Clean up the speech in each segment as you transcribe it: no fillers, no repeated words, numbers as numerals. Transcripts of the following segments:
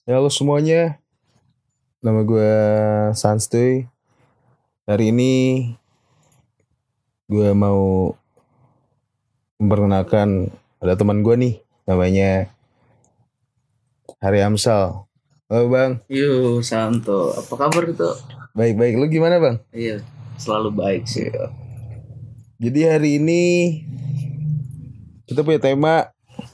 Ya, halo semuanya, nama gue Sanstuy. Hari ini gue mau memperkenalkan ada teman gue nih, namanya Hari Amsal. Halo bang, Yo, Santo. Apa kabar itu? baik-baik. Lu gimana bang? Iya, selalu baik sih. Iya. Jadi hari ini kita punya tema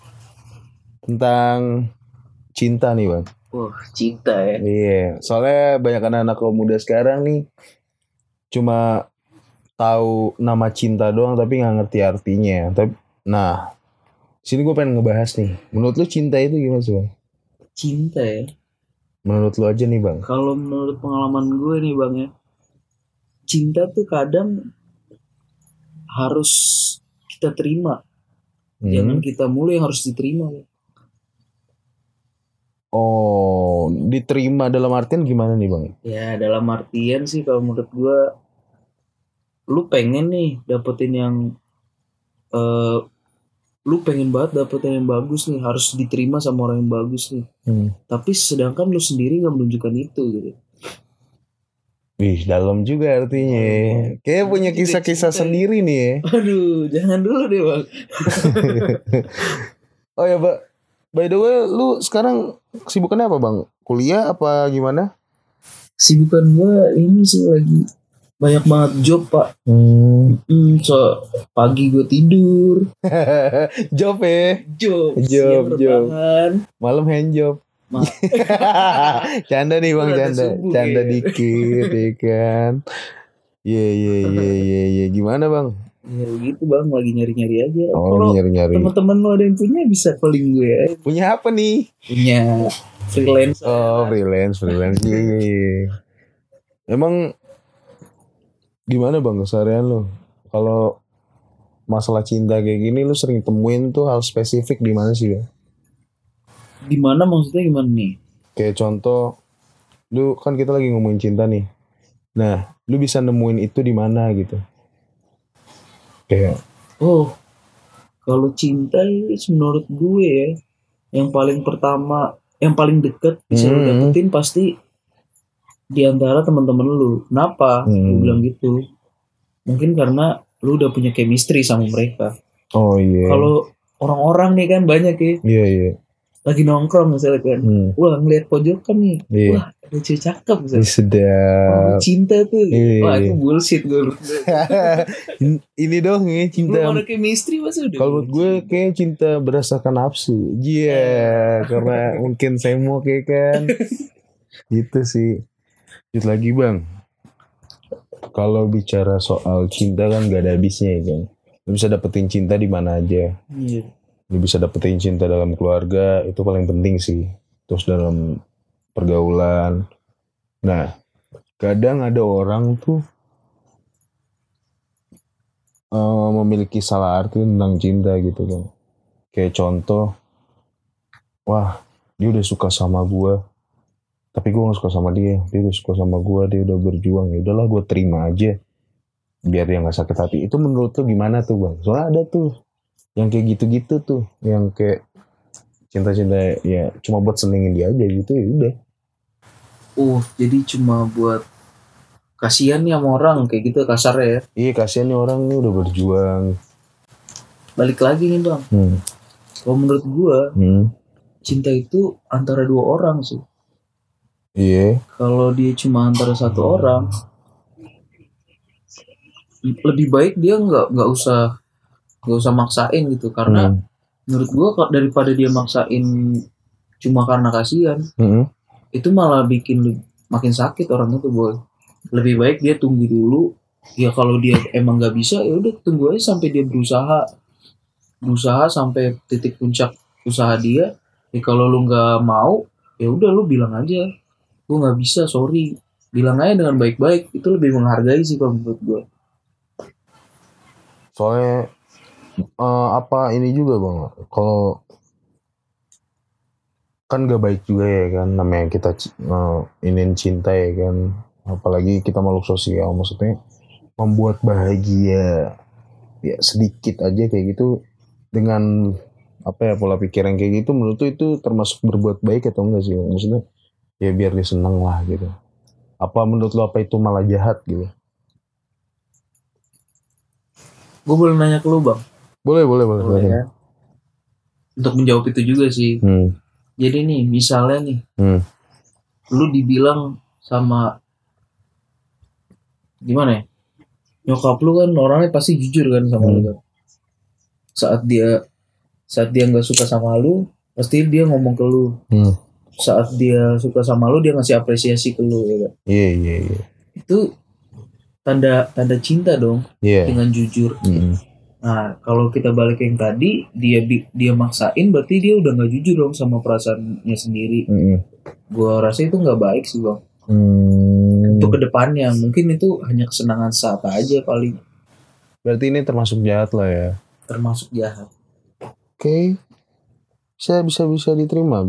tentang cinta nih bang. Wah, cinta ya. Iya, soalnya banyak anak-anak kaum muda sekarang nih cuma tahu nama cinta doang tapi nggak ngerti artinya. Nah, sini gue pengen ngebahas nih. Menurut lu cinta itu gimana sih bang? Cinta ya. Menurut lu aja nih bang. Kalau menurut pengalaman gue nih bang ya, cinta tuh kadang harus kita terima. Jangan kita mulu yang harus diterima. Bang. Oh, diterima dalam artian gimana nih bang? Ya, dalam artian sih kalau menurut gue, lu pengen nih dapetin yang, lu pengen banget dapetin yang bagus nih, harus diterima sama orang yang bagus nih. Tapi sedangkan lu sendiri nggak menunjukkan itu gitu. Wih, dalam juga artinya. Kayaknya punya kisah-kisah sendiri nih ya. Aduh, jangan dulu deh bang. Oh ya, Pak. By the way, lu sekarang kesibukannya apa, Bang? Kuliah apa gimana? Sibukan gue ini sih lagi banyak banget job pak. So pagi gue tidur. Job ya. Job. Malam handjob. Canda nih bang, canda dikit, ya kan. Iya. Gimana bang? Ya begitu bang, lagi nyari-nyari aja. Oh, kalau nyari-nyari. Teman-teman lo ada yang punya bisa calling gue ya. Punya apa nih? Punya freelance. Oh, freelance. Iya. Emang gimana bang keseharian lo? Kalau masalah cinta kayak gini lu sering temuin tuh hal spesifik di mana sih ya? Gimana maksudnya gimana nih? Kayak contoh, lu kan kita lagi ngomongin cinta nih. Nah, lu bisa nemuin itu di mana gitu? Kayak, kalau cinta menurut gue ya, yang paling pertama, yang paling deket bisa lu dapetin pasti di antara teman-teman lu. Kenapa? Gue bilang gitu. Mungkin karena lu udah punya chemistry sama mereka. Oh iya. Kalau orang-orang nih kan banyak ya. Iya. Lagi nongkrong misalnya kan. Wah, ngeliat pojokan nih. Iya. Wah, ada cewek cakep misalnya. Sedap. Oh, cinta tuh. Iya. Wah, itu bullshit gue. Ini dong ya cinta. Belum ada chemistry masa udah. Kalau menurut gue kayak cinta berdasarkan nafsu. Iya, karena mungkin saya mau kayak kan. Gitu sih. Lanjut lagi bang. Kalau bicara soal cinta kan gak ada habisnya ya kan. Lu bisa dapetin cinta di mana aja. Iya. Lu bisa dapetin cinta dalam keluarga, itu paling penting sih. Terus dalam pergaulan. Nah, kadang ada orang tuh memiliki salah arti tentang cinta gitu kan. Kayak contoh, wah dia udah suka sama gue, tapi gue gak suka sama dia. Dia udah suka sama gue, dia udah berjuang. Ya udahlah gue terima aja, biar dia gak sakit hati. Itu menurut lu gimana tuh bang? Soalnya ada tuh yang kayak gitu-gitu tuh, yang kayak cinta-cinta ya cuma buat senengin dia aja gitu, ya udah. Jadi cuma buat kasihan nih sama orang kayak gitu kasarnya ya. Iya, kasihan nih orang nih udah berjuang. Balik lagi nih bang. Kalau menurut gua, cinta itu antara dua orang sih. Iya. Kalau dia cuma antara satu orang, lebih baik dia nggak usah maksain gitu, karena menurut gua daripada dia maksain cuma karena kasihan, itu malah bikin makin sakit orang itu boy. Lebih baik dia tunggu dulu. Ya kalau dia emang nggak bisa, ya udah tunggu aja sampai dia berusaha sampai titik puncak usaha dia. Ya kalau lu nggak mau, ya udah lu bilang aja, gue nggak bisa, sorry. Bilang aja dengan baik-baik, itu lebih menghargai sih kalau menurut gue. Soalnya apa ini juga bang, kalau kan gak baik juga ya kan, namanya kita ingin cinta ya kan, apalagi kita makhluk sosial, maksudnya membuat bahagia ya sedikit aja kayak gitu dengan apa ya, pola pikir yang kayak gitu menurut tuh itu termasuk berbuat baik atau enggak sih? Maksudnya ya biar dia seneng lah gitu. Apa menurut lo apa itu malah jahat gitu? Gue boleh nanya ke lu bang? Boleh. Ya. Untuk menjawab itu juga sih. Jadi nih misalnya nih, lu dibilang sama gimana ya? Nyokap lu kan orangnya pasti jujur kan sama lu kan. Saat dia nggak suka sama lu, pasti dia ngomong ke lu. Saat dia suka sama lu, dia ngasih apresiasi ke lu ya kan. Iya. Itu tanda cinta dong, dengan jujur. Nah kalau kita balik yang tadi, dia maksain, berarti dia udah nggak jujur dong sama perasaannya sendiri. Gua rasa itu nggak baik sih bang. Untuk kedepannya mungkin itu hanya kesenangan saat aja paling. Berarti ini termasuk jahat lah ya. Termasuk jahat. Oke. Bisa diterima.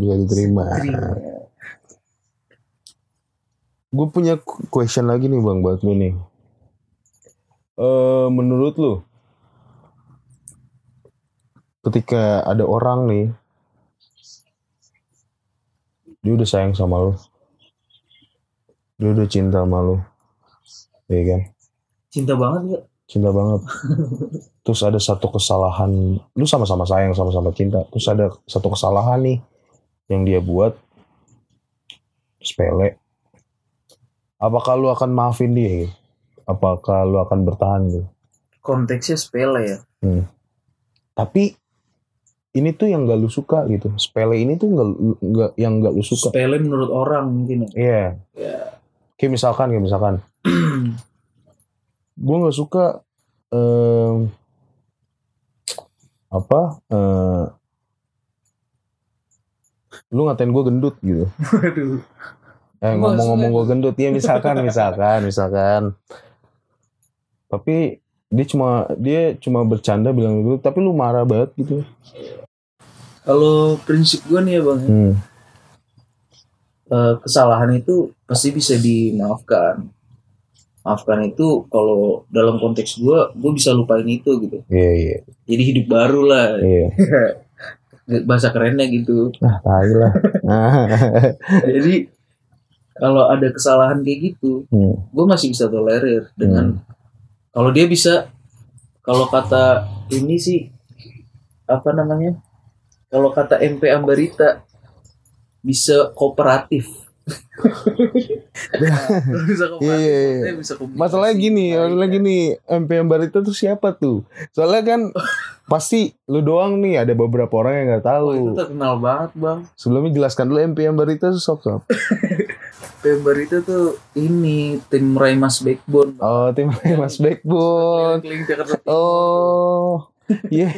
Gue punya question lagi nih bang buat lu nih. Menurut lu, ketika ada orang nih, dia udah sayang sama lu, dia udah cinta sama lu, ya kan? Cinta banget ya? Cinta banget. Terus ada satu kesalahan, lu sama-sama sayang, sama-sama cinta. Terus ada satu kesalahan nih yang dia buat sepele. Apakah lu akan maafin dia? Apakah lu akan bertahan gitu? Konteksnya sepele ya. Tapi ini tuh yang gak lu suka gitu. Sepele ini tuh yang gak lu suka. Sepele menurut orang mungkin. Iya. Kayak misalkan gue gak suka lu ngatain gue gendut gitu. Waduh. Ngomong-ngomong gue gendut ya misalkan. Tapi dia cuma bercanda bilang gitu, tapi lu marah banget gitu. Kalau prinsip gue nih ya bang, kesalahan itu pasti bisa dimaafkan. Maafkan itu kalau dalam konteks gue bisa lupain itu gitu. Iya. Jadi hidup baru lah. Iya. Bahasa kerennya gitu. Tai lah. Jadi kalau ada kesalahan kayak gitu, gue masih bisa tolerir dengan kalau dia bisa, kalau kata ini sih apa namanya? Kalau kata MP Ambarita bisa kooperatif. Bisa kooperatif. Bisa masalahnya gini, MP Ambarita tuh siapa tuh? Soalnya kan pasti lu doang nih, ada beberapa orang yang nggak tahu. Itu terkenal banget bang. Sebelumnya jelaskan dulu MP Ambarita itu sosok. MP Ambarita tuh ini tim Raimas Backbone. Oh, tim Raimas Backbone. Oh. Iya.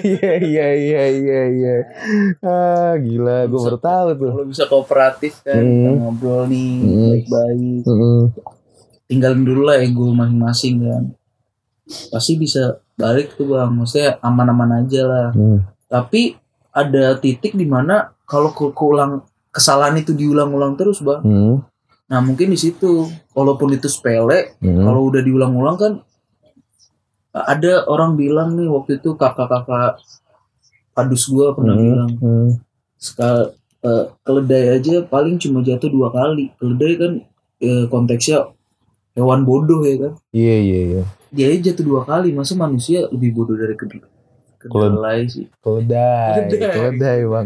Gila, gue baru tahu tuh. Kalau bisa kooperatif kan, kita ngobrol nih baik-baik. Tinggalin dulu lah ego masing-masing kan. Pasti bisa balik tuh bang, maksudnya aman-aman aja lah. Tapi ada titik di mana kalau kesalahan itu diulang-ulang terus bang. Nah mungkin di situ, walaupun itu sepele, kalau udah diulang-ulang kan. Ada orang bilang nih waktu itu kakak-kakak padus gue pernah bilang keledai aja paling cuma jatuh 2 kali. Keledai kan konteksnya hewan bodoh ya kan. Iya. Dia jatuh 2 kali, masa manusia lebih bodoh dari keledai sih. Keledai bang.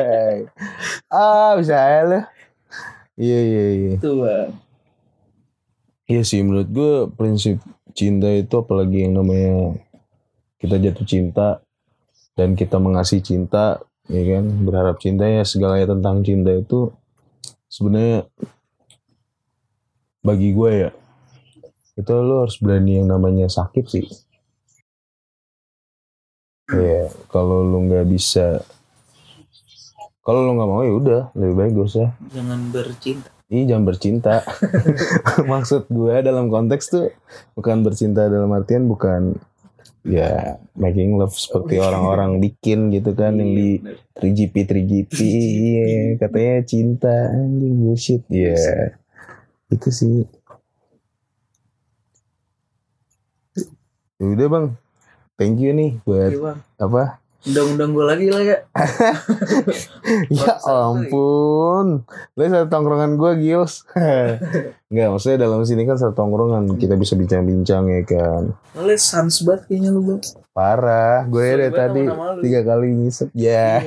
Bisa ya lah. Iya. Itu bang. Iya sih, menurut gue prinsip cinta itu, apalagi yang namanya kita jatuh cinta dan kita mengasihi cinta, ya kan, berharap cinta, ya segalanya tentang cinta itu sebenarnya bagi gue ya, itu lo harus berani yang namanya sakit sih. Ya, kalau lo nggak bisa, kalau lo nggak mau ya udah, lebih baik gak usah. Jangan bercinta. Jangan bercinta. Maksud gue dalam konteks tuh bukan bercinta dalam artian bukan ya making love seperti orang-orang bikin gitu kan, yang di 3GP katanya cinta, anjing bullshit ya. Itu sih. Udah bang, thank you nih buat undang-undang gue lagi lah ya. Ya ampun, lu satu tongkrongan gue Gils. Enggak, maksudnya dalam sini kan satu tongkrongan kita bisa bincang-bincang ya kan. Oleh sans banget kayaknya lu bang. Parah, gue dari tadi 3 kali ngisep. Ya.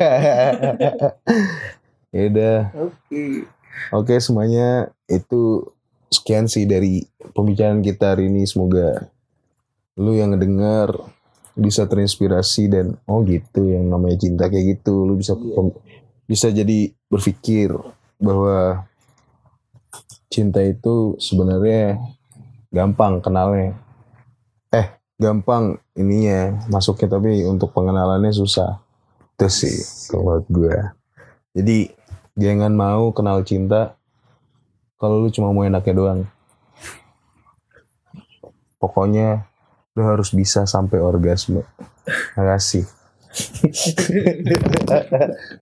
Ya udah. Oke semuanya, itu sekian sih dari pembicaraan kita hari ini. Semoga lu yang ngedenger bisa terinspirasi dan oh gitu yang namanya cinta kayak gitu. Lu bisa jadi berpikir bahwa cinta itu sebenarnya gampang kenalnya. Gampang ininya masuknya, tapi untuk pengenalannya susah. Itu sih kalau gue. Jadi jangan mau kenal cinta kalau lu cuma mau enaknya doang. Pokoknya lu harus bisa sampai orgasme. Makasih.